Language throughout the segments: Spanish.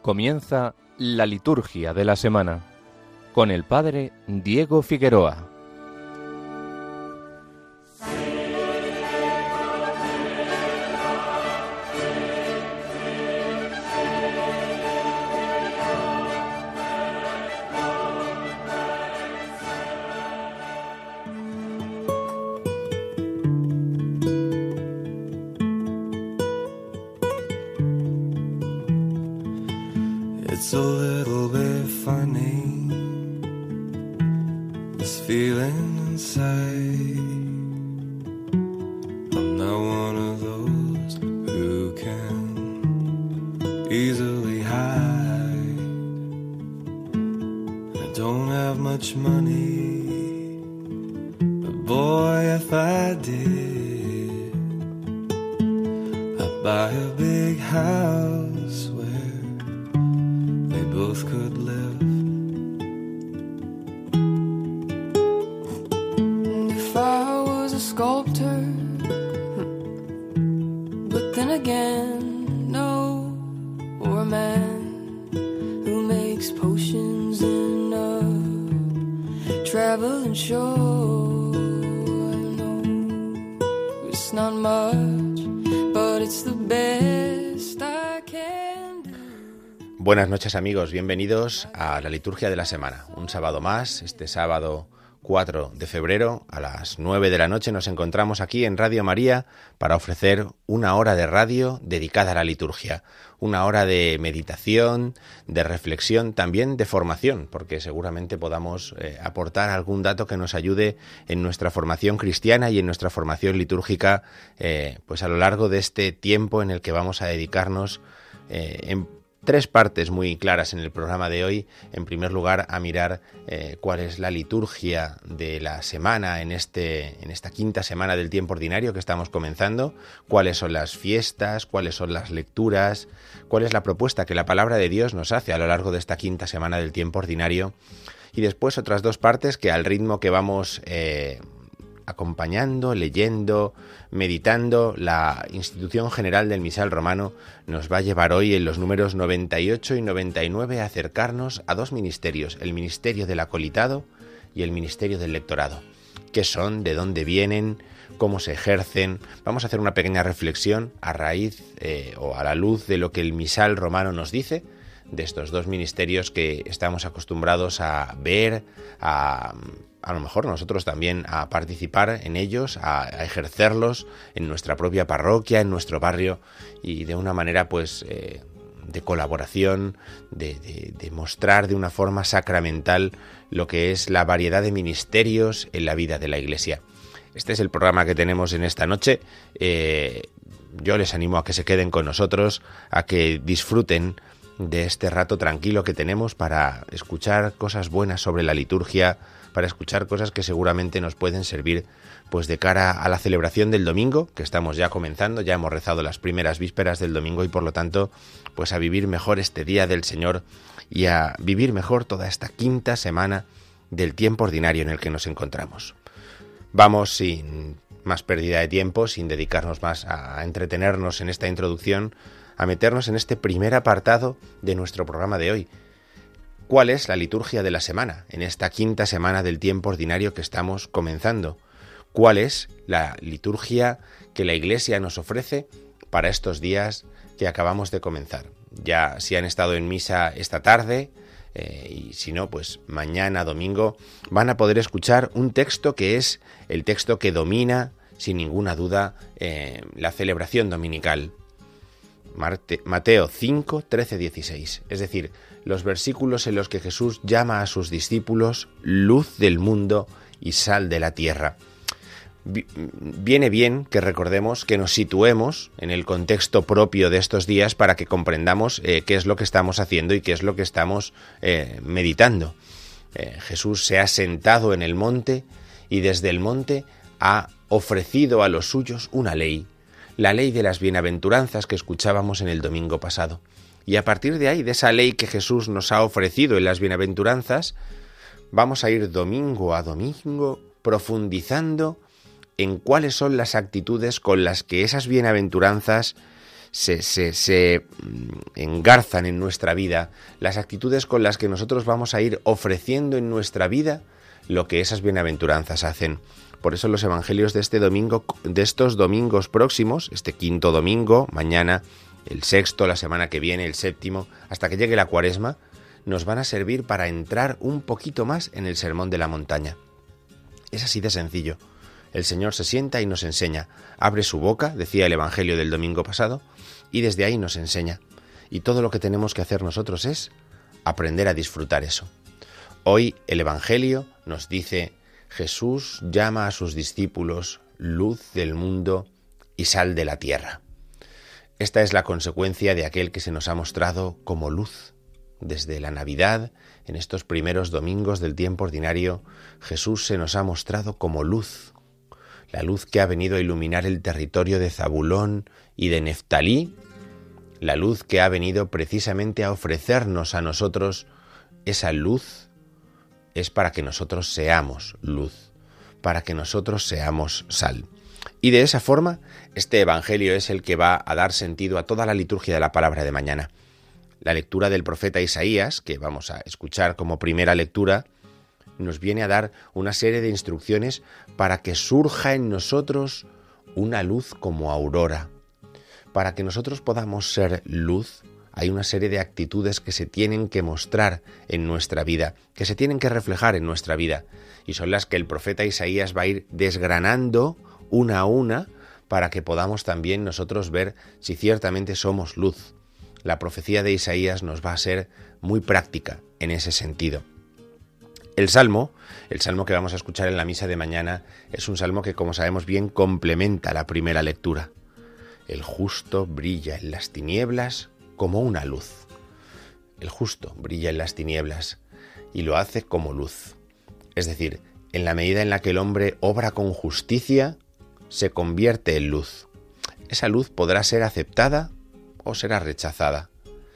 Comienza la liturgia de la semana con el Padre Diego Figueroa. It's a little bit funny, this feeling inside. I'm not one of those who can easily hide. I don't have much money, but boy, if I did, I'd buy a big house where both could live. And if I was a sculptor, but then again, no, or a man who makes potions in a traveling show. I know it's not much, but it's the best I can do. Buenas noches amigos, bienvenidos a la liturgia de la semana. Un sábado más, este sábado 4 de febrero a las 9 de la noche nos encontramos aquí en Radio María para ofrecer una hora de radio dedicada a la liturgia. Una hora de meditación, de reflexión, también de formación, porque seguramente podamos aportar algún dato que nos ayude en nuestra formación cristiana y en nuestra formación litúrgica, pues a lo largo de este tiempo en el que vamos a dedicarnos en tres partes muy claras en el programa de hoy. En primer lugar, a mirar cuál es la liturgia de la semana en esta quinta semana del tiempo ordinario que estamos comenzando, cuáles son las fiestas, cuáles son las lecturas, cuál es la propuesta que la palabra de Dios nos hace a lo largo de esta quinta semana del tiempo ordinario. Y después otras dos partes que al ritmo que vamos acompañando, leyendo, meditando, la institución general del misal romano nos va a llevar hoy en los números 98 y 99 a acercarnos a dos ministerios, el ministerio del acolitado y el ministerio del lectorado. ¿Qué son? ¿De dónde vienen? ¿Cómo se ejercen? Vamos a hacer una pequeña reflexión a raíz o a la luz de lo que el misal romano nos dice de estos dos ministerios que estamos acostumbrados a ver, a lo mejor nosotros también a participar en ellos, a ejercerlos en nuestra propia parroquia, en nuestro barrio, y de una manera pues de colaboración, de mostrar de una forma sacramental lo que es la variedad de ministerios en la vida de la Iglesia. Este es el programa que tenemos en esta noche. Yo les animo a que se queden con nosotros, a que disfruten de este rato tranquilo que tenemos para escuchar cosas buenas sobre la liturgia, para escuchar cosas que seguramente nos pueden servir pues de cara a la celebración del domingo, que estamos ya comenzando, ya hemos rezado las primeras vísperas del domingo y por lo tanto pues a vivir mejor este día del Señor y a vivir mejor toda esta quinta semana del tiempo ordinario en el que nos encontramos. Vamos sin más pérdida de tiempo, sin dedicarnos más a entretenernos en esta introducción, a meternos en este primer apartado de nuestro programa de hoy. ¿Cuál es la liturgia de la semana en esta quinta semana del tiempo ordinario que estamos comenzando? ¿Cuál es la liturgia que la Iglesia nos ofrece para estos días que acabamos de comenzar? Ya si han estado en misa esta tarde, y si no, pues mañana domingo, van a poder escuchar un texto que es el texto que domina, sin ninguna duda, la celebración dominical. Mateo 5, 13, 16, es decir, los versículos en los que Jesús llama a sus discípulos luz del mundo y sal de la tierra. Viene bien que recordemos, que nos situemos en el contexto propio de estos días para que comprendamos qué es lo que estamos haciendo y qué es lo que estamos meditando. Jesús se ha sentado en el monte y desde el monte ha ofrecido a los suyos una ley, la ley de las bienaventuranzas que escuchábamos en el domingo pasado. Y a partir de ahí, de esa ley que Jesús nos ha ofrecido en las bienaventuranzas, vamos a ir domingo a domingo profundizando en cuáles son las actitudes con las que esas bienaventuranzas se engarzan en nuestra vida, las actitudes con las que nosotros vamos a ir ofreciendo en nuestra vida lo que esas bienaventuranzas hacen. Por eso los evangelios de este domingo, de estos domingos próximos, este quinto domingo, mañana, el sexto, la semana que viene, el séptimo, hasta que llegue la Cuaresma, nos van a servir para entrar un poquito más en el Sermón de la Montaña. Es así de sencillo. El Señor se sienta y nos enseña, abre su boca, decía el Evangelio del domingo pasado, y desde ahí nos enseña. Y todo lo que tenemos que hacer nosotros es aprender a disfrutar eso. Hoy el Evangelio nos dice: Jesús llama a sus discípulos luz del mundo y sal de la tierra. Esta es la consecuencia de aquel que se nos ha mostrado como luz. Desde la Navidad, en estos primeros domingos del tiempo ordinario, Jesús se nos ha mostrado como luz. La luz que ha venido a iluminar el territorio de Zabulón y de Neftalí, la luz que ha venido precisamente a ofrecernos a nosotros esa luz, es para que nosotros seamos luz, para que nosotros seamos sal. Y de esa forma, este Evangelio es el que va a dar sentido a toda la liturgia de la palabra de mañana. La lectura del profeta Isaías, que vamos a escuchar como primera lectura, nos viene a dar una serie de instrucciones para que surja en nosotros una luz como aurora. Para que nosotros podamos ser luz, hay una serie de actitudes que se tienen que mostrar en nuestra vida, que se tienen que reflejar en nuestra vida, y son las que el profeta Isaías va a ir desgranando una a una para que podamos también nosotros ver si ciertamente somos luz. La profecía de Isaías nos va a ser muy práctica en ese sentido. El salmo que vamos a escuchar en la misa de mañana, es un salmo que, como sabemos bien, complementa la primera lectura. El justo brilla en las tinieblas como una luz. El justo brilla en las tinieblas y lo hace como luz. Es decir, en la medida en la que el hombre obra con justicia, se convierte en luz. Esa luz podrá ser aceptada o será rechazada.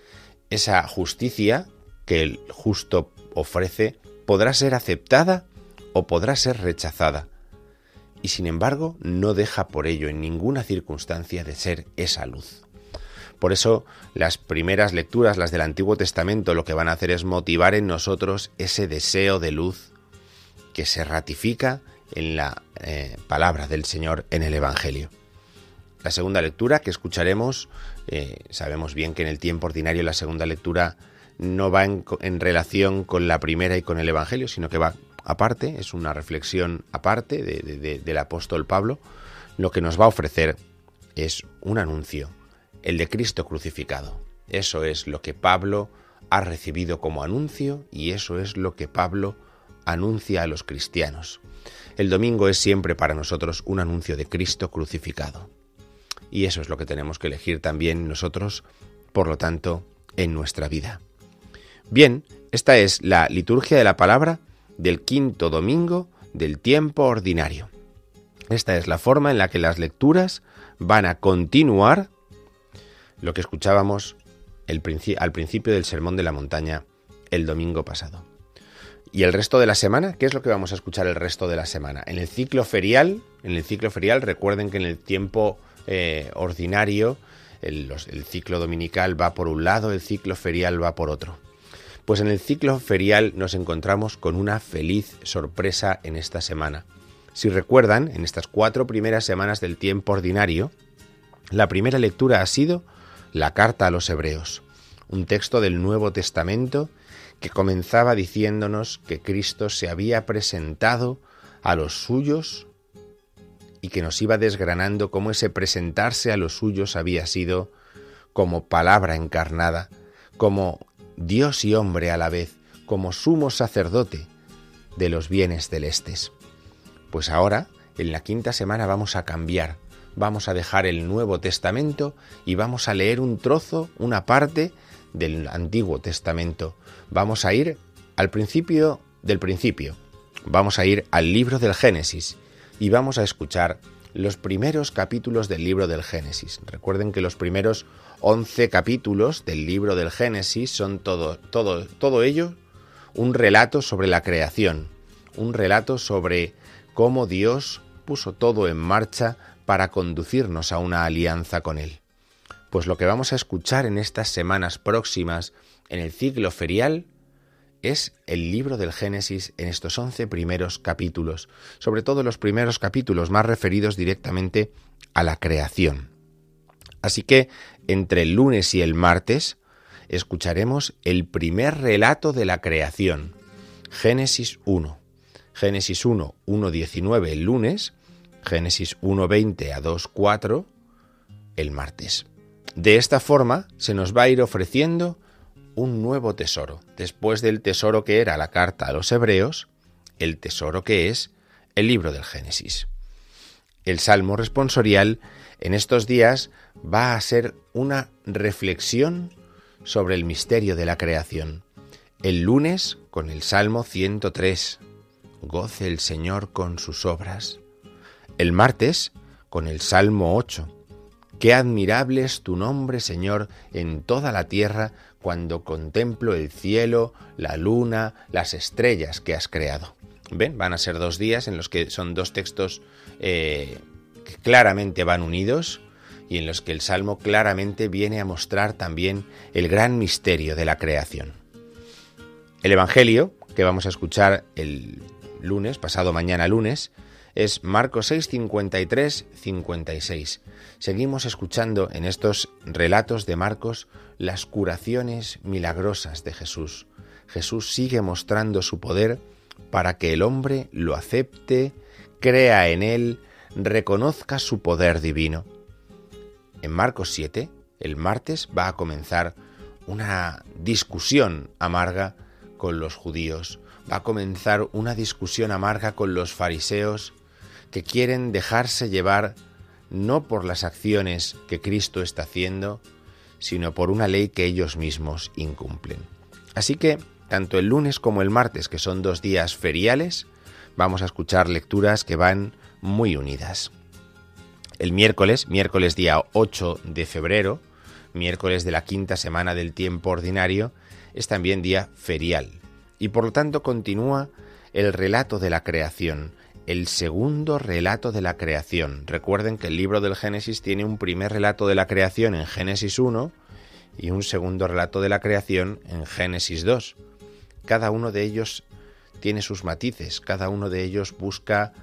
Esa justicia que el justo ofrece podrá ser aceptada o podrá ser rechazada. Y sin embargo, no deja por ello en ninguna circunstancia de ser esa luz. Por eso, las primeras lecturas, las del Antiguo Testamento, lo que van a hacer es motivar en nosotros ese deseo de luz que se ratifica en la palabra del Señor en el Evangelio. La segunda lectura que escucharemos, sabemos bien que en el tiempo ordinario la segunda lectura no va en relación con la primera y con el Evangelio, sino que va aparte, es una reflexión aparte del apóstol Pablo. Lo que nos va a ofrecer es un anuncio, el de Cristo crucificado. Eso es lo que Pablo ha recibido como anuncio y eso es lo que Pablo anuncia a los cristianos. El domingo es siempre para nosotros un anuncio de Cristo crucificado. Y eso es lo que tenemos que elegir también nosotros, por lo tanto, en nuestra vida. Bien, esta es la liturgia de la palabra del quinto domingo del tiempo ordinario. Esta es la forma en la que las lecturas van a continuar lo que escuchábamos al principio del Sermón de la Montaña el domingo pasado. ¿Y el resto de la semana? ¿Qué es lo que vamos a escuchar el resto de la semana? En el ciclo ferial, recuerden que en el tiempo ordinario, el ciclo dominical va por un lado, el ciclo ferial va por otro. Pues en el ciclo ferial nos encontramos con una feliz sorpresa en esta semana. Si recuerdan, en estas 4 primeras semanas del tiempo ordinario, la primera lectura ha sido la carta a los Hebreos, un texto del Nuevo Testamento que comenzaba diciéndonos que Cristo se había presentado a los suyos y que nos iba desgranando cómo ese presentarse a los suyos había sido como palabra encarnada, como Dios y hombre a la vez, como sumo sacerdote de los bienes celestes. Pues ahora, en la quinta semana, vamos a cambiar, vamos a dejar el Nuevo Testamento y vamos a leer un trozo, una parte del Antiguo Testamento. Vamos a ir al principio del principio, vamos a ir al libro del Génesis y vamos a escuchar los primeros capítulos del libro del Génesis. Recuerden que los primeros 11 capítulos del libro del Génesis son todo ello un relato sobre la creación, un relato sobre cómo Dios puso todo en marcha para conducirnos a una alianza con Él. Pues lo que vamos a escuchar en estas semanas próximas en el ciclo ferial es el libro del Génesis en estos 11 primeros capítulos, sobre todo los primeros capítulos más referidos directamente a la creación. Así que entre el lunes y el martes escucharemos el primer relato de la creación, Génesis 1. Génesis 1, 1:19 el lunes, Génesis 1:20 a 2:4 el martes. De esta forma se nos va a ir ofreciendo un nuevo tesoro, después del tesoro que era la carta a los hebreos, el tesoro que es el libro del Génesis. El salmo responsorial en estos días va a ser una reflexión sobre el misterio de la creación. El lunes con el Salmo 103, goce el Señor con sus obras. El martes con el Salmo 8, qué admirable es tu nombre, Señor, en toda la tierra, cuando contemplo el cielo, la luna, las estrellas que has creado. ¿Ven? Van a ser 2 días en los que son 2 textos que claramente van unidos y en los que el Salmo claramente viene a mostrar también el gran misterio de la creación. El Evangelio que vamos a escuchar el lunes, pasado mañana lunes, es Marcos 6, 53, 56. Seguimos escuchando en estos relatos de Marcos las curaciones milagrosas de Jesús. Jesús sigue mostrando su poder para que el hombre lo acepte, crea en él, reconozca su poder divino. En Marcos 7, el martes, va a comenzar una discusión amarga con los judíos. Va a comenzar una discusión amarga con los fariseos que quieren dejarse llevar no por las acciones que Cristo está haciendo, sino por una ley que ellos mismos incumplen. Así que, tanto el lunes como el martes, que son 2 días feriales, vamos a escuchar lecturas que van muy unidas. El miércoles día 8 de febrero, miércoles de la 5ª semana del tiempo ordinario, es también día ferial, y por lo tanto continúa el relato de la creación, el segundo relato de la creación. Recuerden que el libro del Génesis tiene un primer relato de la creación en Génesis 1 y un segundo relato de la creación en Génesis 2. Cada uno de ellos tiene sus matices, cada uno de ellos busca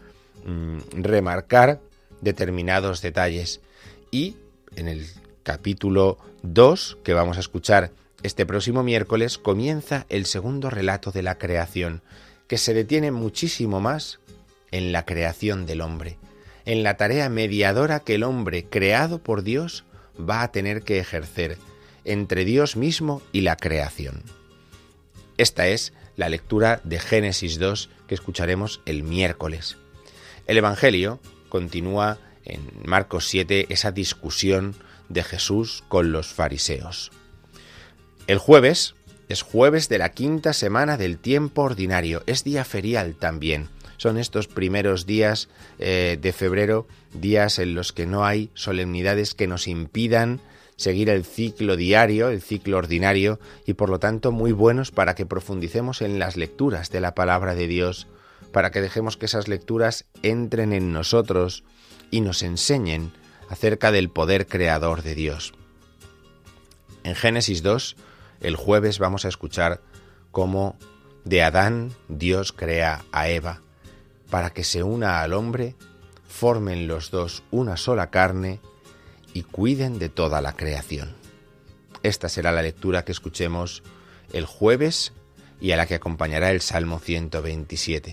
remarcar determinados detalles. Y en el capítulo 2, que vamos a escuchar este próximo miércoles, comienza el segundo relato de la creación, que se detiene muchísimo más en la creación del hombre, en la tarea mediadora que el hombre creado por Dios va a tener que ejercer entre Dios mismo y la creación. Esta es la lectura de Génesis 2 que escucharemos el miércoles. El Evangelio continúa en Marcos 7 esa discusión de Jesús con los fariseos. El jueves es jueves de la 5ª semana del tiempo ordinario, es día ferial también. Son estos primeros días de febrero, días en los que no hay solemnidades que nos impidan seguir el ciclo diario, el ciclo ordinario, y por lo tanto muy buenos para que profundicemos en las lecturas de la palabra de Dios, para que dejemos que esas lecturas entren en nosotros y nos enseñen acerca del poder creador de Dios. En Génesis 2, el jueves vamos a escuchar cómo de Adán Dios crea a Eva, para que se una al hombre, formen los dos una sola carne y cuiden de toda la creación. Esta será la lectura que escuchemos el jueves y a la que acompañará el Salmo 127.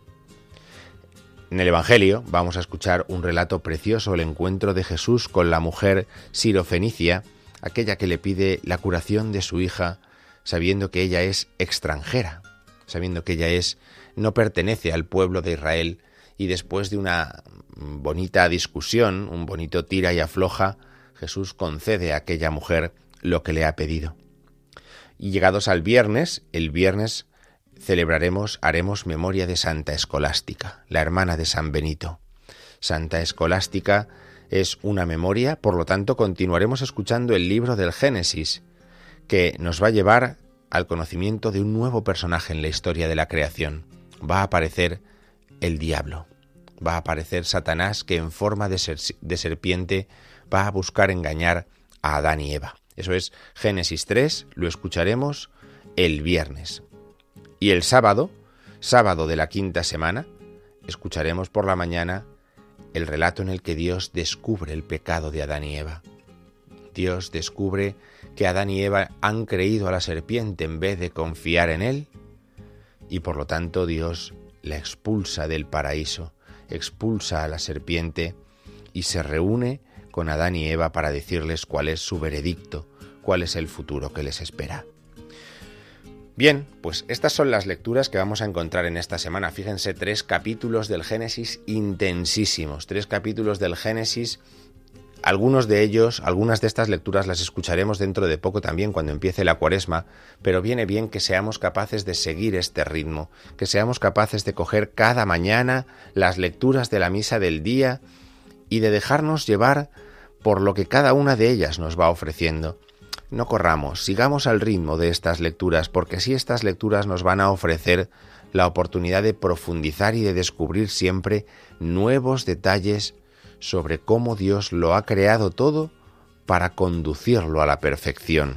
En el Evangelio vamos a escuchar un relato precioso, el encuentro de Jesús con la mujer sirofenicia, aquella que le pide la curación de su hija, sabiendo que ella es extranjera, sabiendo que ella no pertenece al pueblo de Israel, y después de una bonita discusión, un bonito tira y afloja, Jesús concede a aquella mujer lo que le ha pedido. Y llegados al viernes, el viernes haremos memoria de Santa Escolástica, la hermana de San Benito. Santa Escolástica es una memoria, por lo tanto continuaremos escuchando el libro del Génesis, que nos va a llevar al conocimiento de un nuevo personaje en la historia de la creación. Va a aparecer el diablo, va a aparecer Satanás, que en forma de serpiente va a buscar engañar a Adán y Eva. Eso es Génesis 3, lo escucharemos el viernes. Y el sábado de la quinta semana, escucharemos por la mañana el relato en el que Dios descubre el pecado de Adán y Eva. Dios descubre que Adán y Eva han creído a la serpiente en vez de confiar en él, y por lo tanto Dios la expulsa del paraíso, expulsa a la serpiente y se reúne con Adán y Eva para decirles cuál es su veredicto, cuál es el futuro que les espera. Bien, pues estas son las lecturas que vamos a encontrar en esta semana. Fíjense, 3 capítulos del Génesis intensísimos, 3 capítulos del Génesis. Algunos de ellos, algunas de estas lecturas las escucharemos dentro de poco también cuando empiece la Cuaresma, pero viene bien que seamos capaces de seguir este ritmo, que seamos capaces de coger cada mañana las lecturas de la misa del día y de dejarnos llevar por lo que cada una de ellas nos va ofreciendo. No corramos, sigamos al ritmo de estas lecturas, porque así estas lecturas nos van a ofrecer la oportunidad de profundizar y de descubrir siempre nuevos detalles sobre cómo Dios lo ha creado todo para conducirlo a la perfección,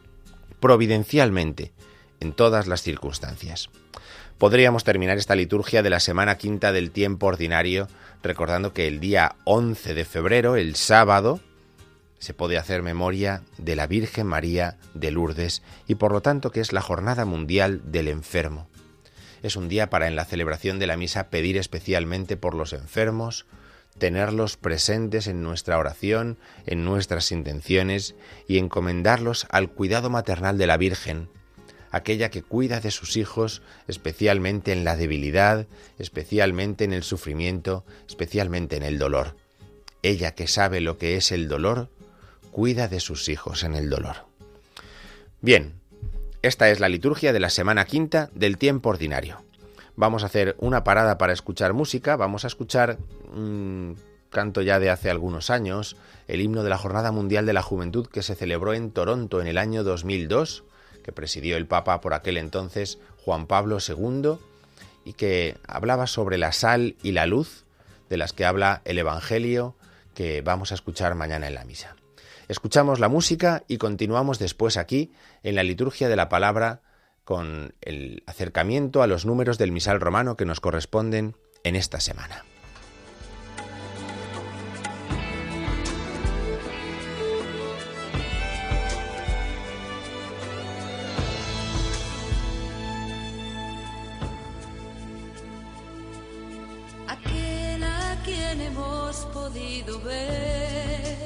providencialmente, en todas las circunstancias. Podríamos terminar esta liturgia de la semana quinta del tiempo ordinario recordando que el día 11 de febrero, el sábado, se puede hacer memoria de la Virgen María de Lourdes y por lo tanto que es la Jornada Mundial del Enfermo. Es un día para en la celebración de la misa pedir especialmente por los enfermos, tenerlos presentes en nuestra oración, en nuestras intenciones y encomendarlos al cuidado maternal de la Virgen, aquella que cuida de sus hijos especialmente en la debilidad, especialmente en el sufrimiento, especialmente en el dolor. Ella que sabe lo que es el dolor, cuida de sus hijos en el dolor. Bien, esta es la liturgia de la semana quinta del tiempo ordinario. Vamos a hacer una parada para escuchar música, vamos a escuchar un canto ya de hace algunos años, el himno de la Jornada Mundial de la Juventud que se celebró en Toronto en el año 2002, que presidió el Papa por aquel entonces, Juan Pablo II, y que hablaba sobre la sal y la luz, de las que habla el Evangelio que vamos a escuchar mañana en la misa. Escuchamos la música y continuamos después aquí en la liturgia de la palabra con el acercamiento a los números del misal romano que nos corresponden en esta semana. Aquel a quien hemos podido ver,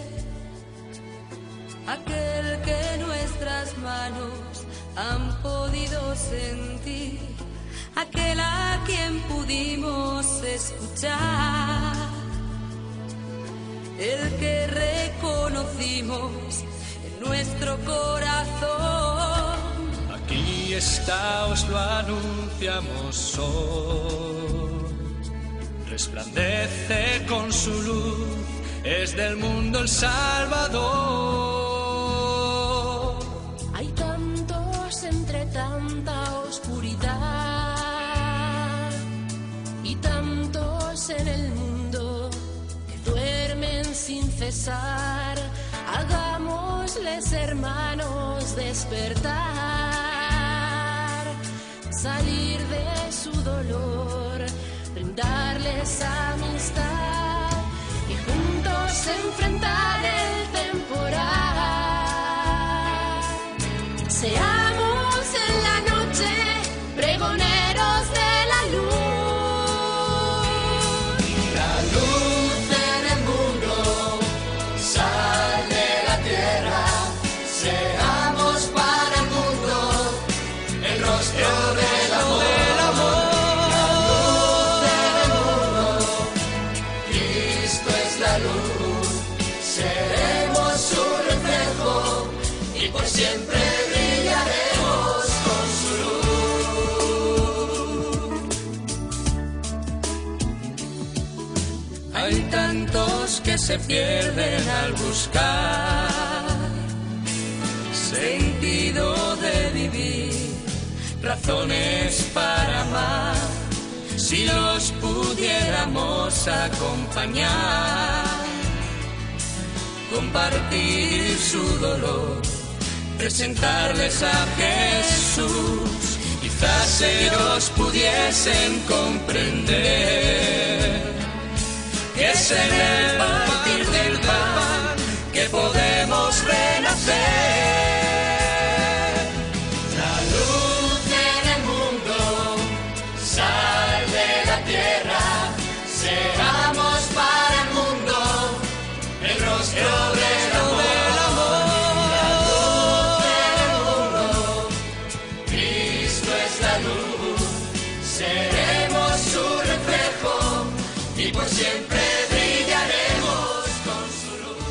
aquel que nuestras manos han podido sentir, aquel a quien pudimos escuchar, el que reconocimos en nuestro corazón. Aquí está, os lo anunciamos hoy, resplandece con su luz, es del mundo el Salvador. Hay tantos entre tanta oscuridad y tantos en el mundo que duermen sin cesar. Hagámosles, hermanos, despertar, salir de su dolor, brindarles amistad y juntos enfrentar el temporal. Seamos en la noche pregoneros de la luz. La luz en el mundo, sal de la tierra, seamos para el mundo el rostro del amor. La luz en el mundo, Cristo es la luz, seremos su reflejo y por siempre brillaremos con su luz. Hay tantos que se pierden al buscar sentido de vivir, razones para amar. Si los pudiéramos acompañar, compartir su dolor, presentarles a Jesús. Quizás ellos pudiesen comprender que es en el partir del pan que podemos renacer. La luz en el mundo, sal de la tierra, seamos para el mundo el rostro del amor. La luz en el mundo, Cristo es la luz, seremos su reflejo y por siempre brillaremos con su luz.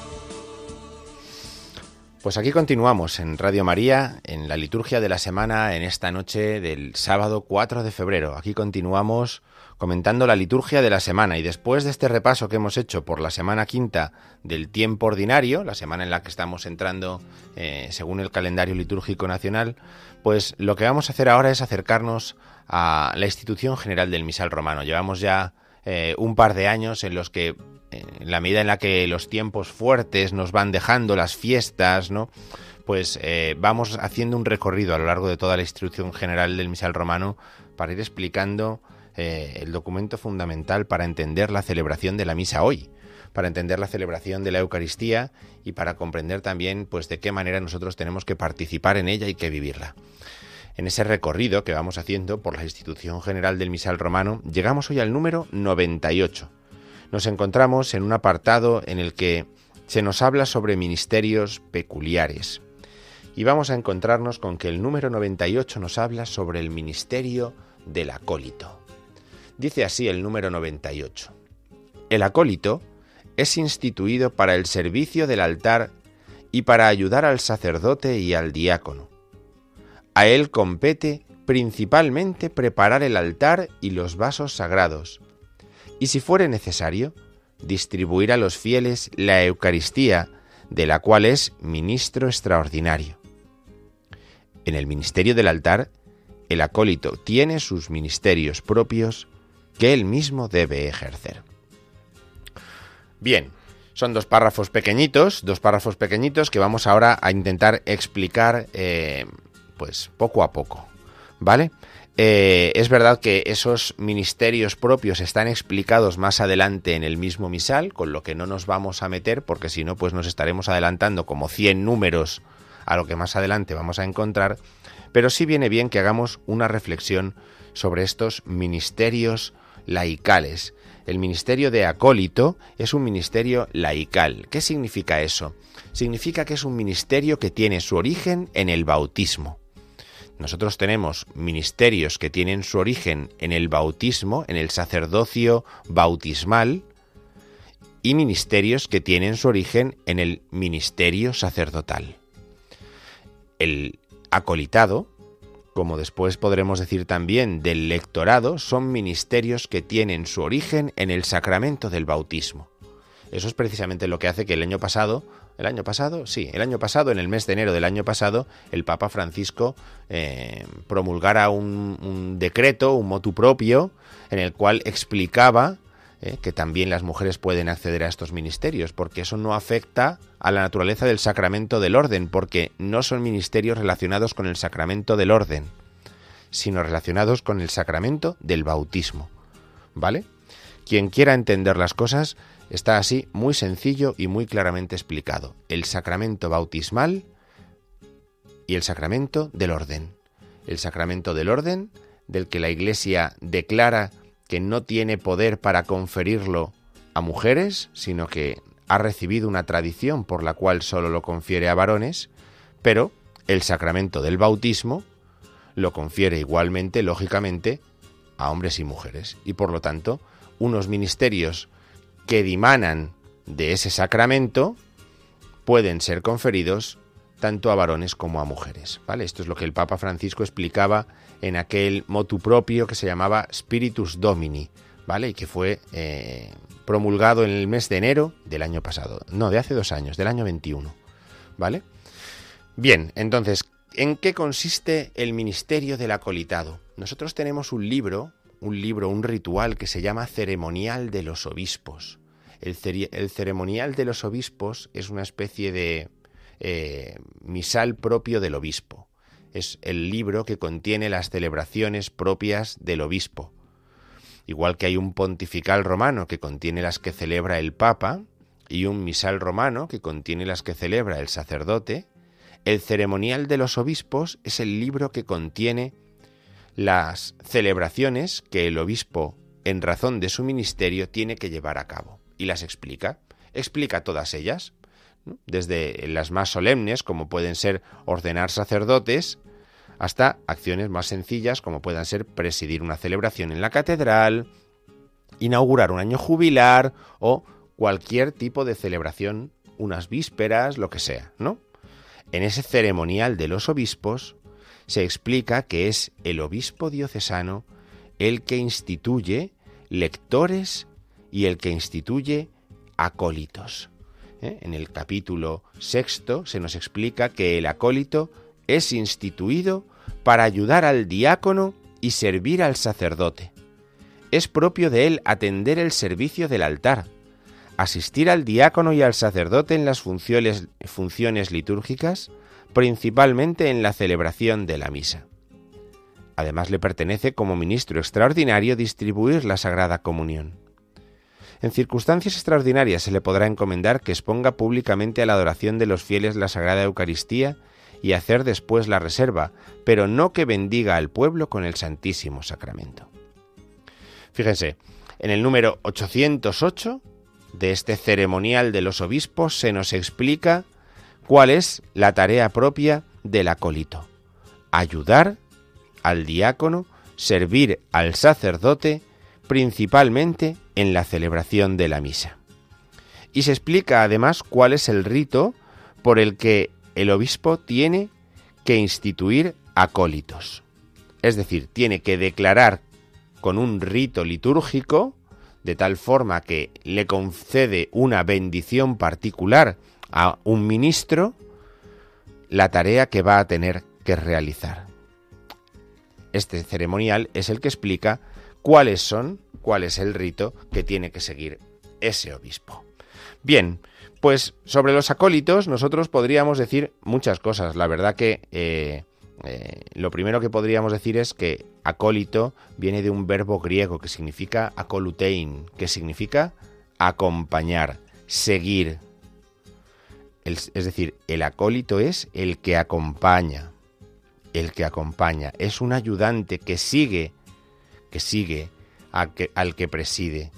Pues aquí continuamos en Radio María, en la liturgia de la semana, en esta noche del sábado 4 de febrero. Aquí continuamos comentando la liturgia de la semana, y después de este repaso que hemos hecho por la semana quinta del tiempo ordinario, la semana en la que estamos entrando según el calendario litúrgico nacional, pues lo que vamos a hacer ahora es acercarnos a la institución general del misal romano. Llevamos ya un par de años en los que, en la medida en la que los tiempos fuertes nos van dejando, las fiestas, ¿no?, pues vamos haciendo un recorrido a lo largo de toda la institución general del misal romano para ir explicando el documento fundamental para entender la celebración de la misa hoy, para entender la celebración de la Eucaristía y para comprender también pues de qué manera nosotros tenemos que participar en ella y que vivirla. En ese recorrido que vamos haciendo por la institución general del misal romano, llegamos hoy al número 98. Nos encontramos en un apartado en el que se nos habla sobre ministerios peculiares. Y vamos a encontrarnos con que el número 98 nos habla sobre el ministerio del acólito. Dice así el número 98. El acólito es instituido para el servicio del altar y para ayudar al sacerdote y al diácono. A él compete principalmente preparar el altar y los vasos sagrados, y si fuere necesario, distribuir a los fieles la Eucaristía, de la cual es ministro extraordinario. En el ministerio del altar, el acólito tiene sus ministerios propios que él mismo debe ejercer. Bien, son dos párrafos pequeñitos que vamos ahora a intentar explicar pues poco a poco, ¿vale? Es verdad que esos ministerios propios están explicados más adelante en el mismo misal, con lo que no nos vamos a meter, porque si no, pues nos estaremos adelantando como 100 números a lo que más adelante vamos a encontrar, pero sí viene bien que hagamos una reflexión sobre estos ministerios laicales. El ministerio de acólito es un ministerio laical. ¿Qué significa eso? Significa que es un ministerio que tiene su origen en el bautismo. Nosotros tenemos ministerios que tienen su origen en el bautismo, en el sacerdocio bautismal, y ministerios que tienen su origen en el ministerio sacerdotal. El acolitado, como después podremos decir también del lectorado, son ministerios que tienen su origen en el sacramento del bautismo. Eso es precisamente lo que hace que el año pasado, en el mes de enero del año pasado, el Papa Francisco promulgara un decreto, un motu propio, en el cual explicaba que también las mujeres pueden acceder a estos ministerios, porque eso no afecta a la naturaleza del sacramento del orden, porque no son ministerios relacionados con el sacramento del orden, sino relacionados con el sacramento del bautismo, ¿vale? Quien quiera entender las cosas, está así muy sencillo y muy claramente explicado. El sacramento bautismal y el sacramento del orden. El sacramento del orden, del que la Iglesia declara que no tiene poder para conferirlo a mujeres, sino que ha recibido una tradición por la cual solo lo confiere a varones, pero el sacramento del bautismo lo confiere igualmente, lógicamente, a hombres y mujeres. Y por lo tanto, unos ministerios que dimanan de ese sacramento pueden ser conferidos tanto a varones como a mujeres, ¿vale? Esto es lo que el Papa Francisco explicaba en aquel motu propio que se llamaba Spiritus Domini, ¿vale? Y que fue promulgado en el mes de enero del año pasado. No, de hace 2 años, del año 21, ¿vale? Bien, entonces, ¿en qué consiste el ministerio del acolitado? Nosotros tenemos un ritual que se llama Ceremonial de los Obispos. El ceremonial de los obispos es una especie de misal propio del obispo. Es el libro que contiene las celebraciones propias del obispo. Igual que hay un pontifical romano que contiene las que celebra el papa y un misal romano que contiene las que celebra el sacerdote, el ceremonial de los obispos es el libro que contiene las celebraciones que el obispo, en razón de su ministerio, tiene que llevar a cabo. Y las explica. Explica todas ellas, ¿no? Desde las más solemnes, como pueden ser ordenar sacerdotes, hasta acciones más sencillas, como puedan ser presidir una celebración en la catedral, inaugurar un año jubilar o cualquier tipo de celebración, unas vísperas, lo que sea, ¿no? En ese ceremonial de los obispos se explica que es el obispo diocesano el que instituye lectores y el que instituye acólitos. En el capítulo 6 se nos explica que el acólito es instituido para ayudar al diácono y servir al sacerdote. Es propio de él atender el servicio del altar, asistir al diácono y al sacerdote en las funciones litúrgicas, principalmente en la celebración de la misa. Además, le pertenece como ministro extraordinario distribuir la Sagrada Comunión. En circunstancias extraordinarias se le podrá encomendar que exponga públicamente a la adoración de los fieles la Sagrada Eucaristía y hacer después la reserva, pero no que bendiga al pueblo con el Santísimo Sacramento. Fíjense, en el número 808 de este ceremonial de los obispos se nos explica cuál es la tarea propia del acólito: ayudar al diácono, servir al sacerdote, principalmente en la celebración de la misa. Y se explica además cuál es el rito por el que el obispo tiene que instituir acólitos. Es decir, tiene que declarar con un rito litúrgico, de tal forma que le concede una bendición particular a un ministro, la tarea que va a tener que realizar. Este ceremonial es el que explica cuál es el rito que tiene que seguir ese obispo. Bien, pues sobre los acólitos nosotros podríamos decir muchas cosas. La verdad que lo primero que podríamos decir es que acólito viene de un verbo griego que significa akolutein, que significa acompañar, seguir. Es decir, el acólito es el que acompaña, es un ayudante que sigue al que preside.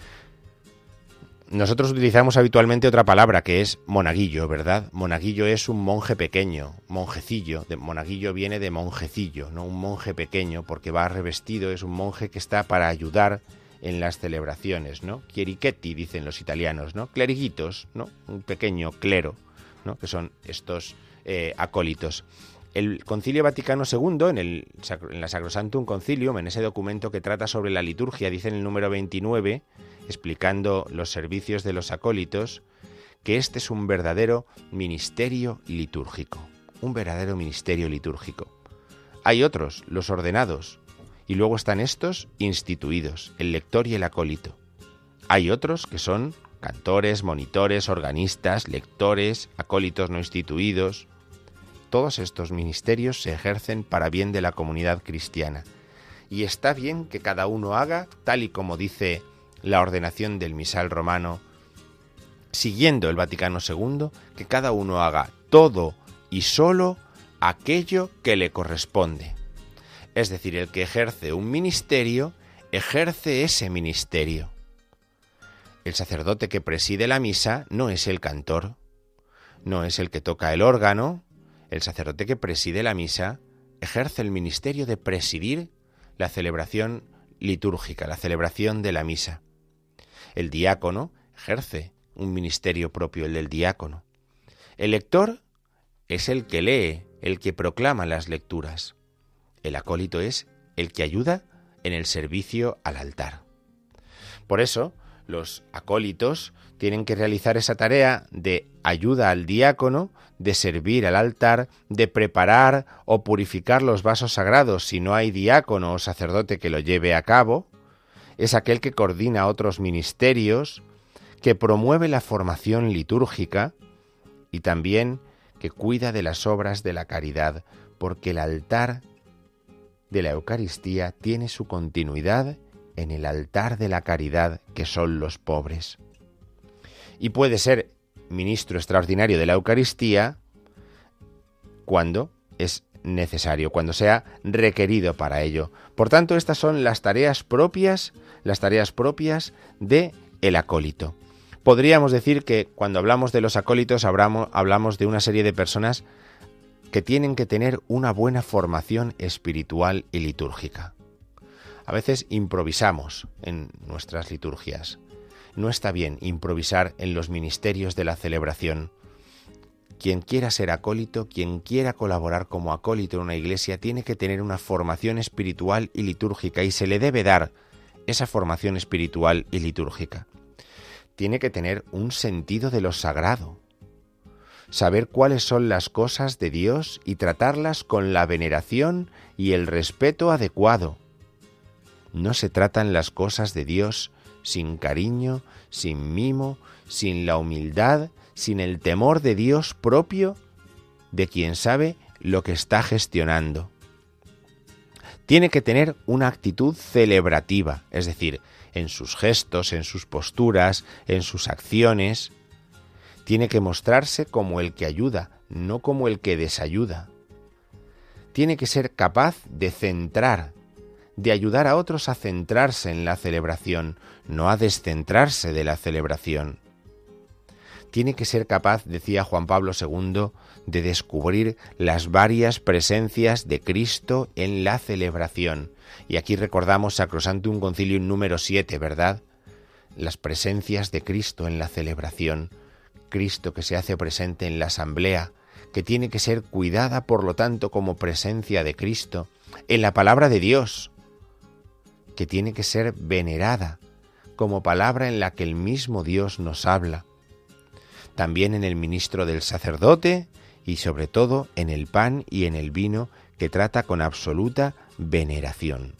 Nosotros utilizamos habitualmente otra palabra que es monaguillo, ¿verdad? Monaguillo es un monje pequeño, monjecillo. Monaguillo viene de monjecillo, ¿no? Un monje pequeño, porque va revestido, es un monje que está para ayudar en las celebraciones, ¿no? Chierichetti, dicen los italianos, ¿no? Cleriguitos, ¿no? Un pequeño clero, ¿no? Que son estos acólitos. El Concilio Vaticano II, en la Sacrosanctum Concilium, en ese documento que trata sobre la liturgia, dice en el número 29, explicando los servicios de los acólitos, que este es un verdadero ministerio litúrgico. Un verdadero ministerio litúrgico. Hay otros, los ordenados, y luego están estos instituidos, el lector y el acólito. Hay otros que son cantores, monitores, organistas, lectores, acólitos no instituidos. Todos estos ministerios se ejercen para bien de la comunidad cristiana. Y está bien que cada uno haga, tal y como dice la ordenación del misal romano, siguiendo el Vaticano II, que cada uno haga todo y solo aquello que le corresponde. Es decir, el que ejerce un ministerio, ejerce ese ministerio. El sacerdote que preside la misa no es el cantor, no es el que toca el órgano. El sacerdote que preside la misa ejerce el ministerio de presidir la celebración litúrgica, la celebración de la misa. El diácono ejerce un ministerio propio, el del diácono. El lector es el que lee, el que proclama las lecturas. El acólito es el que ayuda en el servicio al altar. Por eso, los acólitos tienen que realizar esa tarea de ayuda al diácono, de servir al altar, de preparar o purificar los vasos sagrados si no hay diácono o sacerdote que lo lleve a cabo. Es aquel que coordina otros ministerios, que promueve la formación litúrgica y también que cuida de las obras de la caridad, porque el altar de la Eucaristía tiene su continuidad en el altar de la caridad, que son los pobres. Y puede ser ministro extraordinario de la Eucaristía cuando es necesario, cuando sea requerido para ello. Por tanto, estas son las tareas propias de el acólito. Podríamos decir que cuando hablamos de los acólitos hablamos de una serie de personas que tienen que tener una buena formación espiritual y litúrgica. A veces improvisamos en nuestras liturgias. No está bien improvisar en los ministerios de la celebración. Quien quiera ser acólito, quien quiera colaborar como acólito en una iglesia, tiene que tener una formación espiritual y litúrgica, y se le debe dar esa formación espiritual y litúrgica. Tiene que tener un sentido de lo sagrado, saber cuáles son las cosas de Dios y tratarlas con la veneración y el respeto adecuado. No se tratan las cosas de Dios sin cariño, sin mimo, sin la humildad, sin el temor de Dios propio de quien sabe lo que está gestionando. Tiene que tener una actitud celebrativa, es decir, en sus gestos, en sus posturas, en sus acciones. Tiene que mostrarse como el que ayuda, no como el que desayuda. Tiene que ser capaz de centrar, de ayudar a otros a centrarse en la celebración, no a descentrarse de la celebración. Tiene que ser capaz, decía Juan Pablo II, de descubrir las varias presencias de Cristo en la celebración. Y aquí recordamos Sacrosanctum Concilium número 7, ¿verdad? Las presencias de Cristo en la celebración. Cristo que se hace presente en la asamblea, que tiene que ser cuidada, por lo tanto, como presencia de Cristo, en la palabra de Dios, que tiene que ser venerada como palabra en la que el mismo Dios nos habla. También en el ministro del sacerdote y sobre todo en el pan y en el vino, que trata con absoluta veneración.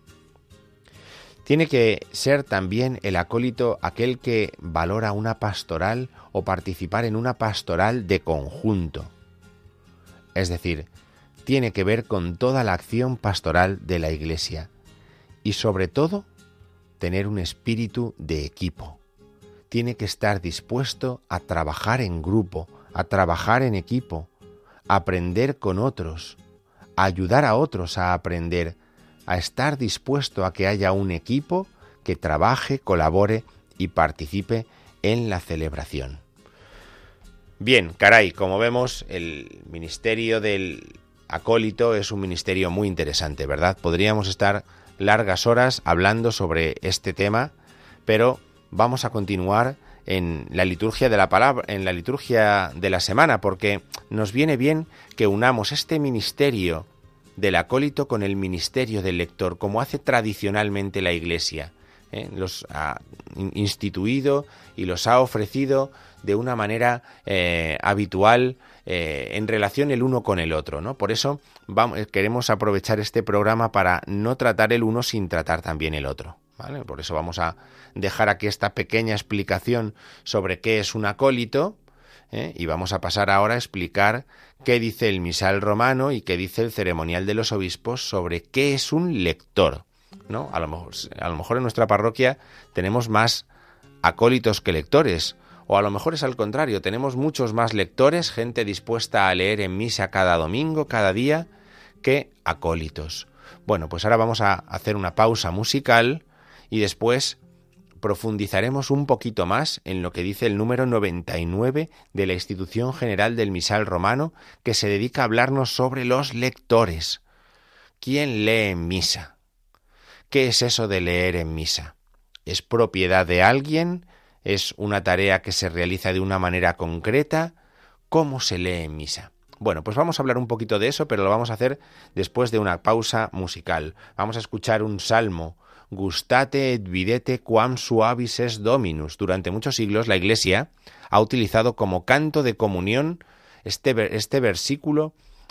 Tiene que ser también el acólito aquel que valora una pastoral o participar en una pastoral de conjunto. Es decir, tiene que ver con toda la acción pastoral de la Iglesia y sobre todo tener un espíritu de equipo. Tiene que estar dispuesto a trabajar en grupo, a trabajar en equipo, a aprender con otros, a ayudar a otros a aprender, a estar dispuesto a que haya un equipo que trabaje, colabore y participe en la celebración. Bien, caray, como vemos, el ministerio del acólito es un ministerio muy interesante, ¿verdad? Podríamos estar largas horas hablando sobre este tema, pero vamos a continuar en la liturgia de la palabra, en la liturgia de la semana, porque nos viene bien que unamos este ministerio del acólito con el ministerio del lector, como hace tradicionalmente la Iglesia. Los ha instituido y los ha ofrecido de una manera habitual en relación el uno con el otro, ¿no? Por eso queremos aprovechar este programa para no tratar el uno sin tratar también el otro, ¿vale? Por eso vamos a dejar aquí esta pequeña explicación sobre qué es un acólito, y vamos a pasar ahora a explicar qué dice el misal romano y qué dice el ceremonial de los obispos sobre qué es un lector, ¿no? A lo mejor en nuestra parroquia tenemos más acólitos que lectores, o a lo mejor es al contrario, tenemos muchos más lectores, gente dispuesta a leer en misa cada domingo, cada día, que acólitos. Bueno, pues ahora vamos a hacer una pausa musical y después profundizaremos un poquito más en lo que dice el número 99 de la Institución General del Misal Romano, que se dedica a hablarnos sobre los lectores. ¿Quién lee en misa? ¿Qué es eso de leer en misa? ¿Es propiedad de alguien? ¿Es una tarea que se realiza de una manera concreta? ¿Cómo se lee en misa? Bueno, pues vamos a hablar un poquito de eso, pero lo vamos a hacer después de una pausa musical. Vamos a escuchar un salmo, Gustate et videte quam suavis es Dominus. Durante muchos siglos la Iglesia ha utilizado como canto de comunión este versículo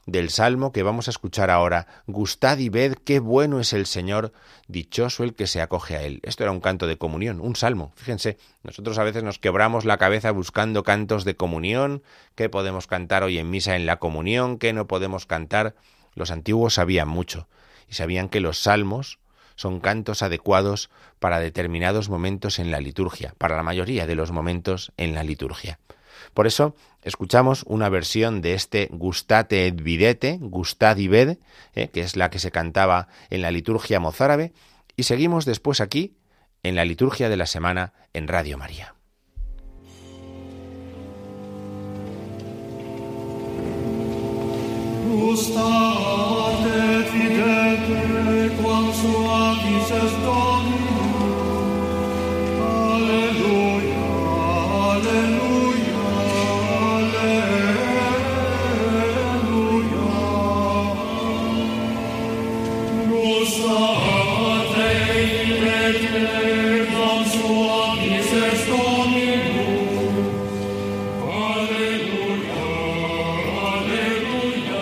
del salmo que vamos a escuchar ahora. Gustad y ved qué bueno es el Señor, dichoso el que se acoge a él. Esto era un canto de comunión, un salmo. Fíjense, nosotros a veces nos quebramos la cabeza buscando cantos de comunión, qué podemos cantar hoy en misa en la comunión, qué no podemos cantar. Los antiguos sabían mucho y sabían que los salmos son cantos adecuados para determinados momentos en la liturgia, para la mayoría de los momentos en la liturgia. Por eso escuchamos una versión de este Gustate et videte, Gustad y ved, que es la que se cantaba en la liturgia mozárabe, y seguimos después aquí, en la liturgia de la semana, en Radio María. Gustate et videte, quam suavis est Dominus. Alleluia, alleluia, alleluia. Gustate et videte, quam suavis est Dominus. Alleluia, alleluia.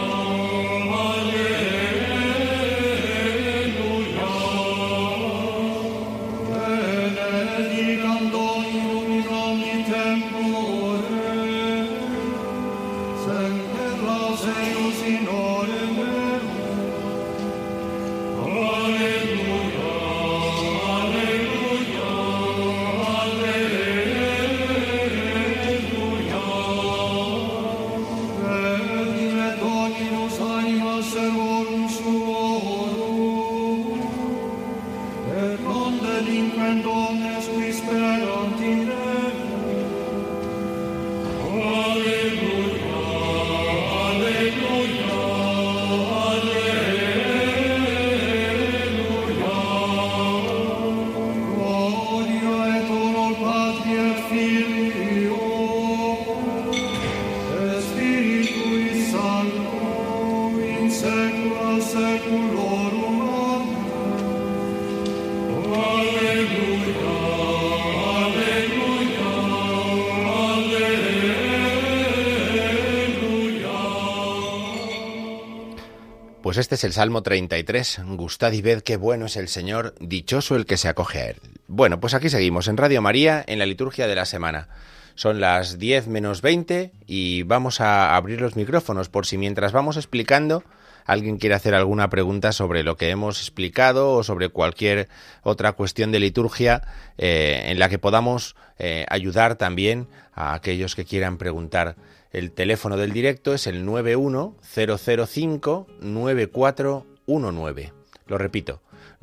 Pues este es el Salmo 33, Gustad y ved qué bueno es el Señor, dichoso el que se acoge a él. Bueno, pues aquí seguimos en Radio María, en la liturgia de la semana. Son las 10 menos 20 y vamos a abrir los micrófonos por si mientras vamos explicando alguien quiere hacer alguna pregunta sobre lo que hemos explicado o sobre cualquier otra cuestión de liturgia en la que podamos ayudar también a aquellos que quieran preguntar. El teléfono del directo es el 91005-9419. Lo repito,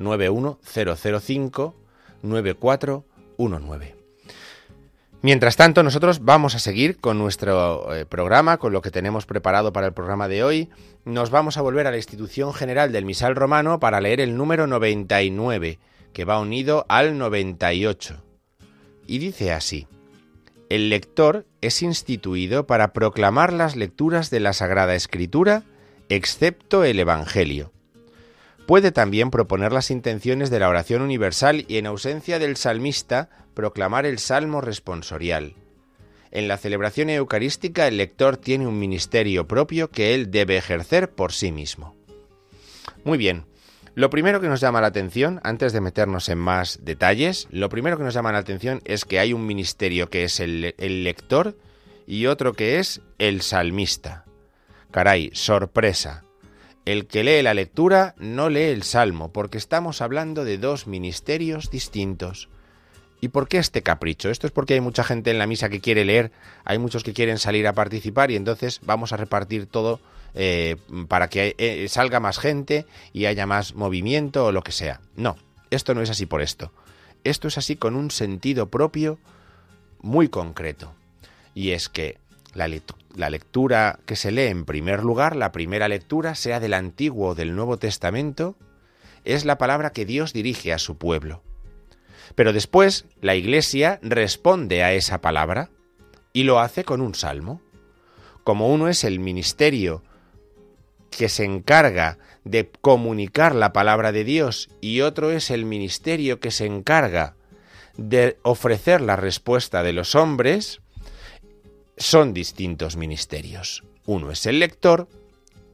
91005-9419. Mientras tanto, nosotros vamos a seguir con nuestro programa, con lo que tenemos preparado para el programa de hoy. Nos vamos a volver a la institución general del misal romano para leer el número 99, que va unido al 98. Y dice así: el lector es instituido para proclamar las lecturas de la Sagrada Escritura, excepto el Evangelio. Puede también proponer las intenciones de la oración universal y, en ausencia del salmista, proclamar el salmo responsorial. En la celebración eucarística, el lector tiene un ministerio propio que él debe ejercer por sí mismo. Muy bien. Lo primero que nos llama la atención, antes de meternos en más detalles, lo primero que nos llama la atención es que hay un ministerio que es el lector y otro que es el salmista. Caray, sorpresa. El que lee la lectura no lee el salmo, porque estamos hablando de dos ministerios distintos. ¿Y por qué este capricho? Esto es porque hay mucha gente en la misa que quiere leer, hay muchos que quieren salir a participar y entonces vamos a repartir todo para que salga más gente y haya más movimiento o lo que sea. No, esto no es así por esto. Esto es así con un sentido propio muy concreto. Y es que la lectura que se lee en primer lugar, la primera lectura, sea del Antiguo o del Nuevo Testamento, es la palabra que Dios dirige a su pueblo. Pero después la Iglesia responde a esa palabra y lo hace con un salmo. Como uno es el ministerio que se encarga de comunicar la palabra de Dios y otro es el ministerio que se encarga de ofrecer la respuesta de los hombres, son distintos ministerios. Uno es el lector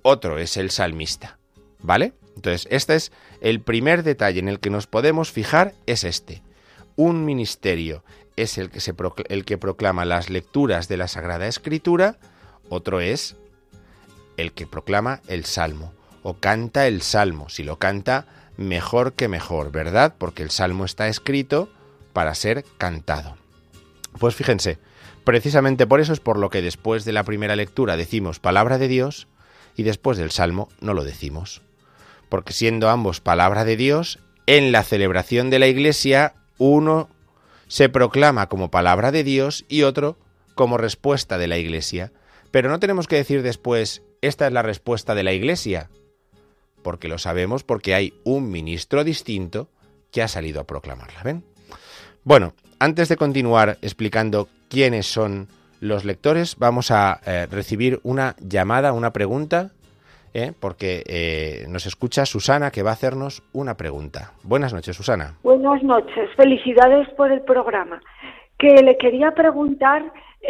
otro es el salmista, ¿vale? Entonces, este es el primer detalle en el que nos podemos fijar, es este. Un ministerio es el que proclama las lecturas de la Sagrada Escritura, otro es el que proclama el Salmo, o canta el Salmo. Si lo canta, mejor que mejor, ¿verdad? Porque el Salmo está escrito para ser cantado. Pues fíjense, precisamente por eso es por lo que después de la primera lectura decimos palabra de Dios y después del Salmo no lo decimos. Porque siendo ambos palabra de Dios, en la celebración de la Iglesia uno se proclama como palabra de Dios y otro como respuesta de la Iglesia. Pero no tenemos que decir después, esta es la respuesta de la Iglesia, porque lo sabemos porque hay un ministro distinto que ha salido a proclamarla, ¿ven? Bueno, antes de continuar explicando quiénes son los lectores, vamos a recibir una llamada, una pregunta, porque nos escucha Susana, que va a hacernos una pregunta. Buenas noches, Susana. Buenas noches, felicidades por el programa. Que le quería preguntar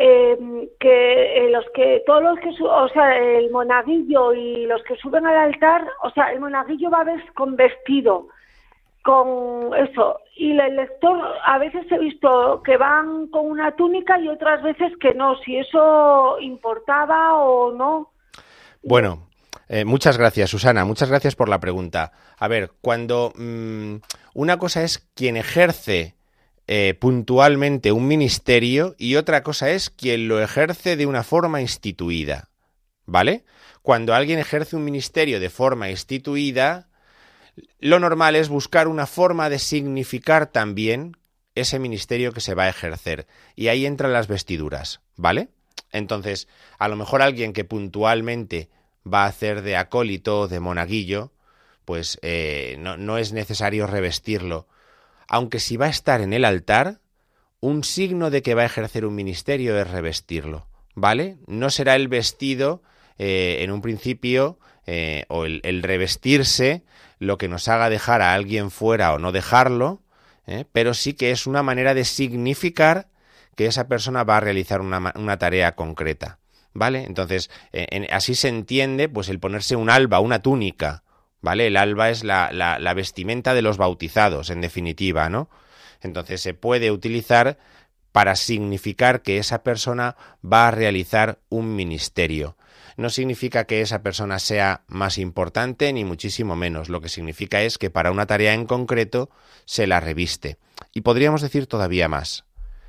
el monaguillo y los que suben al altar, o sea, el monaguillo va con vestido, con eso, y el lector a veces he visto que van con una túnica y otras veces que no, si eso importaba o no. Bueno, muchas gracias, Susana, muchas gracias por la pregunta. A ver, cuando una cosa es quien ejerce puntualmente un ministerio y otra cosa es quien lo ejerce de una forma instituida, ¿vale? Cuando alguien ejerce un ministerio de forma instituida, lo normal es buscar una forma de significar también ese ministerio que se va a ejercer, y ahí entran las vestiduras, ¿vale? Entonces, a lo mejor alguien que puntualmente va a hacer de acólito, de monaguillo, pues no es necesario revestirlo. Aunque si va a estar en el altar, un signo de que va a ejercer un ministerio es revestirlo, ¿vale? No será el vestido, en un principio, o el revestirse, lo que nos haga dejar a alguien fuera o no dejarlo, pero sí que es una manera de significar que esa persona va a realizar una tarea concreta, ¿vale? Entonces, así se entiende pues el ponerse un alba, una túnica, ¿vale? El alba es la vestimenta de los bautizados, en definitiva, ¿no? Entonces se puede utilizar para significar que esa persona va a realizar un ministerio. No significa que esa persona sea más importante, ni muchísimo menos. Lo que significa es que para una tarea en concreto se la reviste. Y podríamos decir todavía más,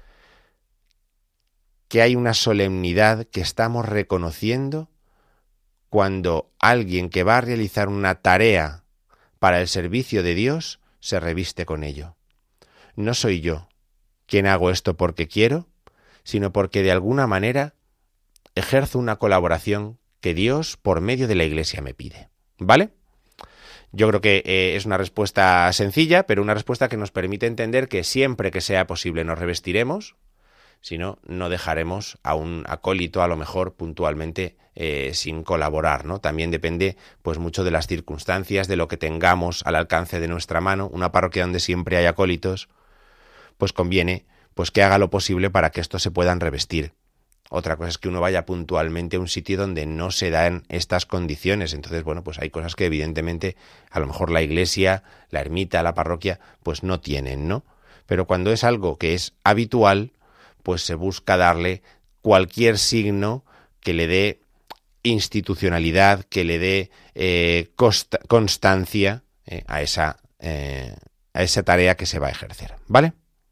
que hay una solemnidad que estamos reconociendo cuando alguien que va a realizar una tarea para el servicio de Dios se reviste con ello. No soy yo quien hago esto porque quiero, sino porque de alguna manera ejerzo una colaboración que Dios, por medio de la Iglesia, me pide, ¿vale? Yo creo que es una respuesta sencilla, pero una respuesta que nos permite entender que siempre que sea posible nos revestiremos, si no, no dejaremos a un acólito a lo mejor puntualmente sin colaborar, ¿no? También depende pues mucho de las circunstancias, de lo que tengamos al alcance de nuestra mano. Una parroquia donde siempre hay acólitos, pues conviene pues que haga lo posible para que estos se puedan revestir. Otra cosa es que uno vaya puntualmente a un sitio donde no se dan estas condiciones. Entonces, bueno, pues hay cosas que evidentemente a lo mejor la iglesia, la ermita, la parroquia, pues no tienen, ¿no? Pero cuando es algo que es habitual, pues se busca darle cualquier signo que le dé institucionalidad, que le dé constancia a esa tarea que se va a ejercer, ¿vale?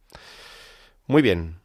Muy bien.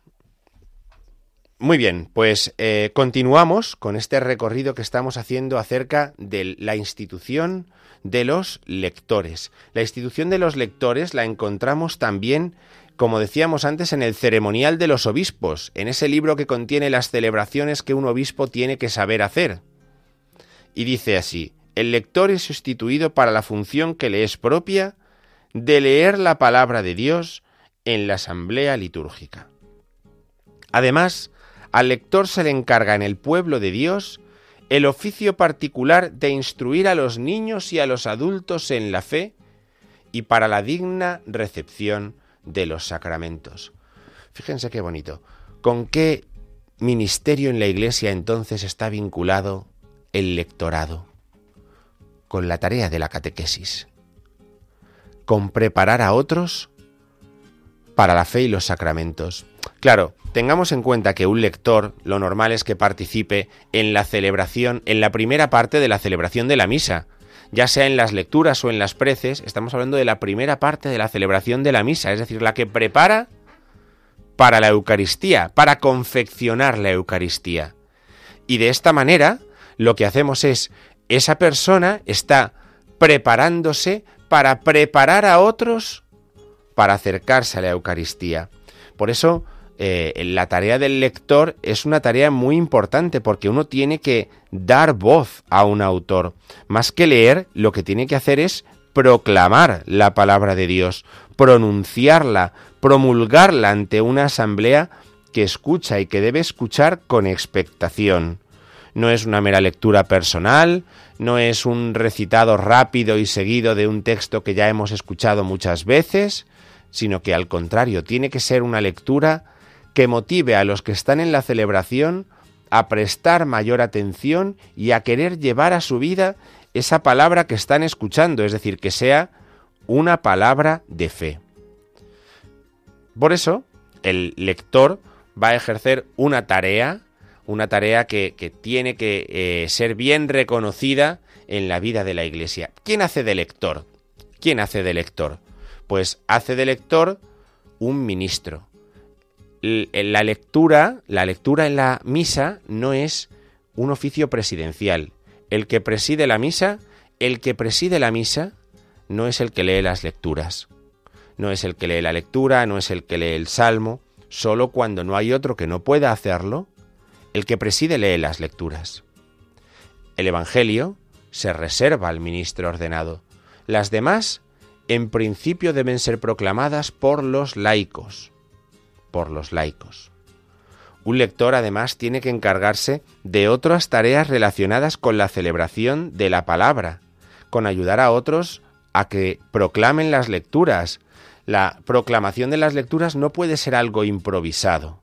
Muy bien, pues continuamos con este recorrido que estamos haciendo acerca de la institución de los lectores. La institución de los lectores la encontramos también, como decíamos antes, en el ceremonial de los obispos, en ese libro que contiene las celebraciones que un obispo tiene que saber hacer. Y dice así: el lector es instituido para la función que le es propia de leer la palabra de Dios en la asamblea litúrgica. Además, al lector se le encarga en el pueblo de Dios el oficio particular de instruir a los niños y a los adultos en la fe y para la digna recepción de los sacramentos. Fíjense qué bonito. ¿Con qué ministerio en la Iglesia entonces está vinculado el lectorado? con la tarea de la catequesis, con preparar a otros para la fe y los sacramentos. Claro, tengamos en cuenta que un lector lo normal es que participe en la celebración, en la primera parte de la celebración de la misa, ya sea en las lecturas o en las preces. Estamos hablando de la primera parte de la celebración de la misa, es decir, la que prepara para la Eucaristía, para confeccionar la Eucaristía. Y de esta manera, lo que hacemos es, esa persona está preparándose para preparar a otros para acercarse a la Eucaristía. Por eso, la tarea del lector es una tarea muy importante, porque uno tiene que dar voz a un autor. Más que leer, lo que tiene que hacer es proclamar la palabra de Dios, pronunciarla, promulgarla ante una asamblea que escucha y que debe escuchar con expectación. No es una mera lectura personal, no es un recitado rápido y seguido de un texto que ya hemos escuchado muchas veces, sino que al contrario, tiene que ser una lectura que motive a los que están en la celebración a prestar mayor atención y a querer llevar a su vida esa palabra que están escuchando, es decir, que sea una palabra de fe. Por eso, el lector va a ejercer una tarea que tiene que ser bien reconocida en la vida de la Iglesia. ¿Quién hace de lector? ¿Quién hace de lector? Pues hace de lector un ministro. La lectura en la misa no es un oficio presidencial. El que preside la misa no es el que lee las lecturas. No es el que lee la lectura, no es el que lee el salmo. Solo cuando no hay otro que no pueda hacerlo, el que preside lee las lecturas. El Evangelio se reserva al ministro ordenado. Las demás, en principio, deben ser proclamadas por los laicos. Un lector, además, tiene que encargarse de otras tareas relacionadas con la celebración de la palabra, con ayudar a otros a que proclamen las lecturas. La proclamación de las lecturas no puede ser algo improvisado.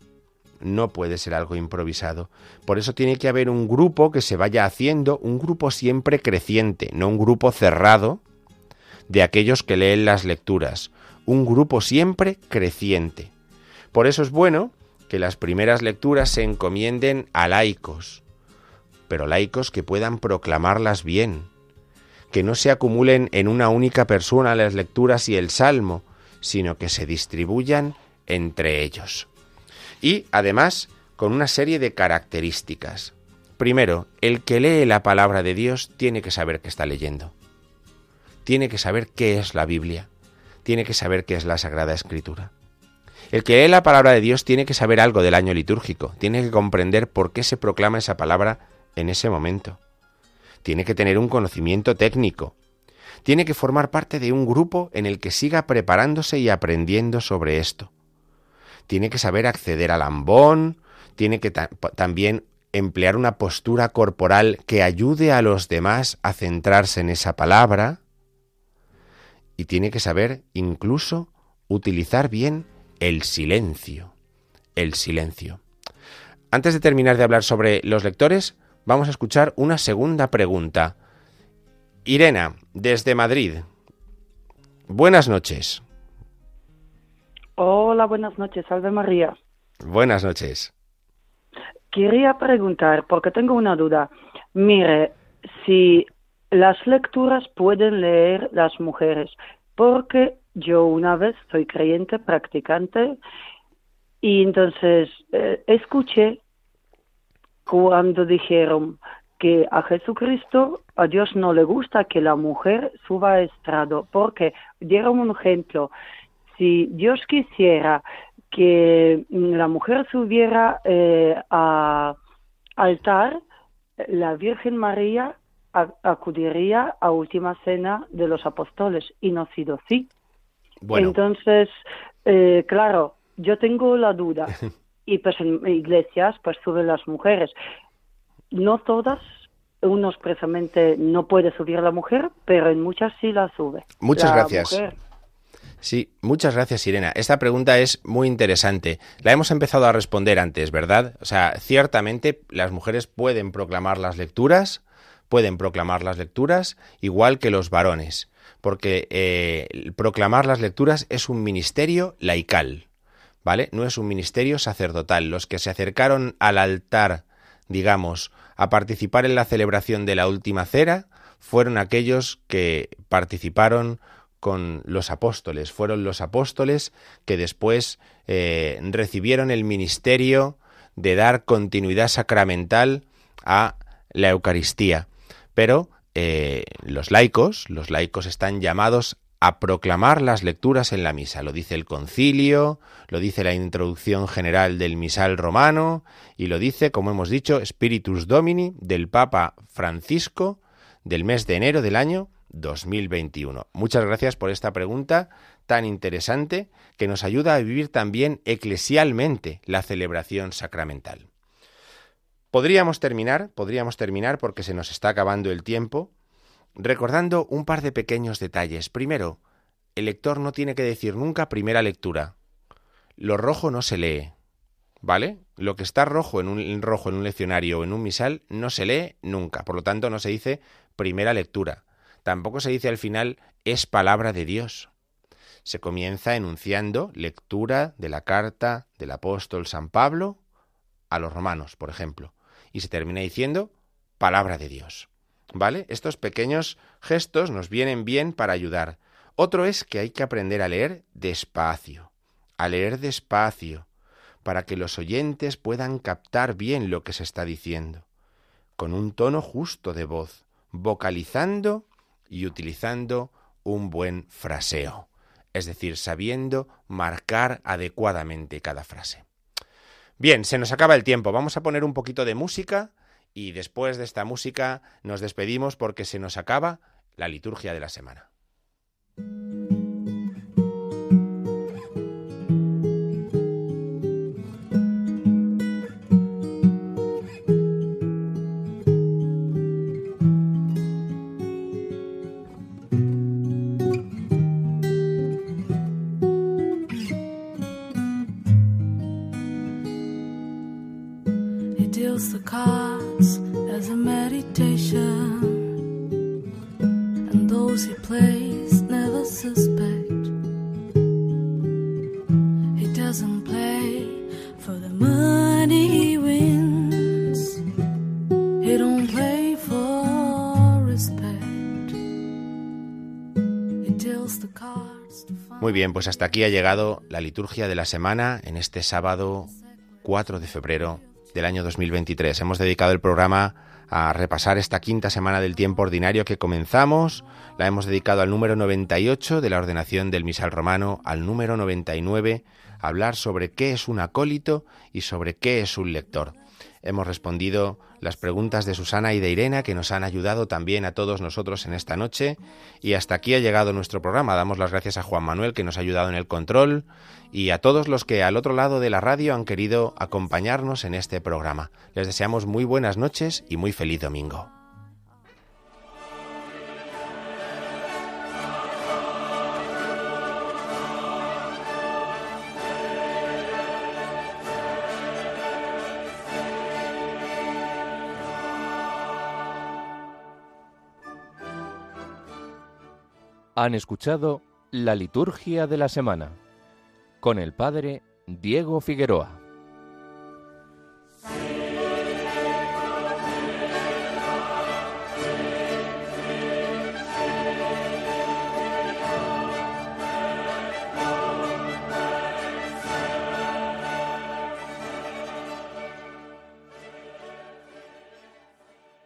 Por eso tiene que haber un grupo que se vaya haciendo, un grupo siempre creciente, no un grupo cerrado de aquellos que leen las lecturas, un grupo siempre creciente. Por eso es bueno que las primeras lecturas se encomienden a laicos, pero laicos que puedan proclamarlas bien, que no se acumulen en una única persona las lecturas y el salmo, sino que se distribuyan entre ellos. Y, además, con una serie de características. Primero, el que lee la palabra de Dios tiene que saber qué está leyendo. Tiene que saber qué es la Biblia. Tiene que saber qué es la Sagrada Escritura. El que lee la palabra de Dios tiene que saber algo del año litúrgico. Tiene que comprender por qué se proclama esa palabra en ese momento. Tiene que tener un conocimiento técnico. Tiene que formar parte de un grupo en el que siga preparándose y aprendiendo sobre esto. Tiene que saber acceder al ambón, tiene que también emplear una postura corporal que ayude a los demás a centrarse en esa palabra, y tiene que saber incluso utilizar bien el silencio. Antes de terminar de hablar sobre los lectores, vamos a escuchar una segunda pregunta. Irena, desde Madrid. Buenas noches. Hola, buenas noches, Salve María. Buenas noches. Quería preguntar, porque tengo una duda. Mire, si las lecturas pueden leer las mujeres, porque yo una vez soy creyente, practicante, y entonces escuché cuando dijeron que a Jesucristo, a Dios no le gusta que la mujer suba a estrado, porque dieron un ejemplo. Si Dios quisiera que la mujer subiera a altar, la Virgen María acudiría a Última Cena de los Apóstoles, y no ha sido así. Bueno. Entonces, claro, yo tengo la duda, y pues en iglesias pues suben las mujeres. No todas, uno expresamente no puede subir la mujer, pero en muchas sí la sube. Muchas gracias. Mujer. Sí, muchas gracias, Irena. Esta pregunta es muy interesante. La hemos empezado a responder antes, ¿verdad? O sea, ciertamente las mujeres pueden proclamar las lecturas, pueden proclamar las lecturas igual que los varones, porque proclamar las lecturas es un ministerio laical, ¿vale? No es un ministerio sacerdotal. Los que se acercaron al altar, digamos, a participar en la celebración de la última cena, fueron aquellos que participaron con los apóstoles. Fueron los apóstoles que después recibieron el ministerio de dar continuidad sacramental a la Eucaristía. Pero los laicos están llamados a proclamar las lecturas en la misa. Lo dice el concilio, lo dice la introducción general del misal romano y lo dice, como hemos dicho, Spiritus Domini del Papa Francisco del mes de enero del año 2021. Muchas gracias por esta pregunta tan interesante que nos ayuda a vivir también eclesialmente la celebración sacramental. Podríamos terminar porque se nos está acabando el tiempo, recordando un par de pequeños detalles. Primero, el lector no tiene que decir nunca primera lectura. Lo rojo no se lee, ¿vale? Lo que está rojo en un leccionario o en un misal no se lee nunca. Por lo tanto, no se dice primera lectura. Tampoco se dice al final es palabra de Dios. Se comienza enunciando lectura de la carta del apóstol San Pablo a los romanos, por ejemplo, y se termina diciendo palabra de Dios. ¿Vale? Estos pequeños gestos nos vienen bien para ayudar. Otro es que hay que aprender a leer despacio, para que los oyentes puedan captar bien lo que se está diciendo, con un tono justo de voz, vocalizando y utilizando un buen fraseo, es decir, sabiendo marcar adecuadamente cada frase. Bien, se nos acaba el tiempo, vamos a poner un poquito de música y después de esta música nos despedimos porque se nos acaba la liturgia de la semana. Deals the cards as a meditation, and those he plays never suspect. He doesn't play for the money he wins, he don't play for respect. He deals the cards to find. Muy bien, pues hasta aquí ha llegado la liturgia de la semana en este sábado 4 de febrero del año 2023. Hemos dedicado el programa a repasar esta quinta semana del tiempo ordinario que comenzamos. La hemos dedicado al número 98 de la ordenación del misal romano, al número 99, a hablar sobre qué es un acólito y sobre qué es un lector. Hemos respondido las preguntas de Susana y de Irene, que nos han ayudado también a todos nosotros en esta noche. Y hasta aquí ha llegado nuestro programa. Damos las gracias a Juan Manuel, que nos ha ayudado en el control, y a todos los que al otro lado de la radio han querido acompañarnos en este programa. Les deseamos muy buenas noches y muy feliz domingo. Han escuchado la liturgia de la semana con el padre Diego Figueroa.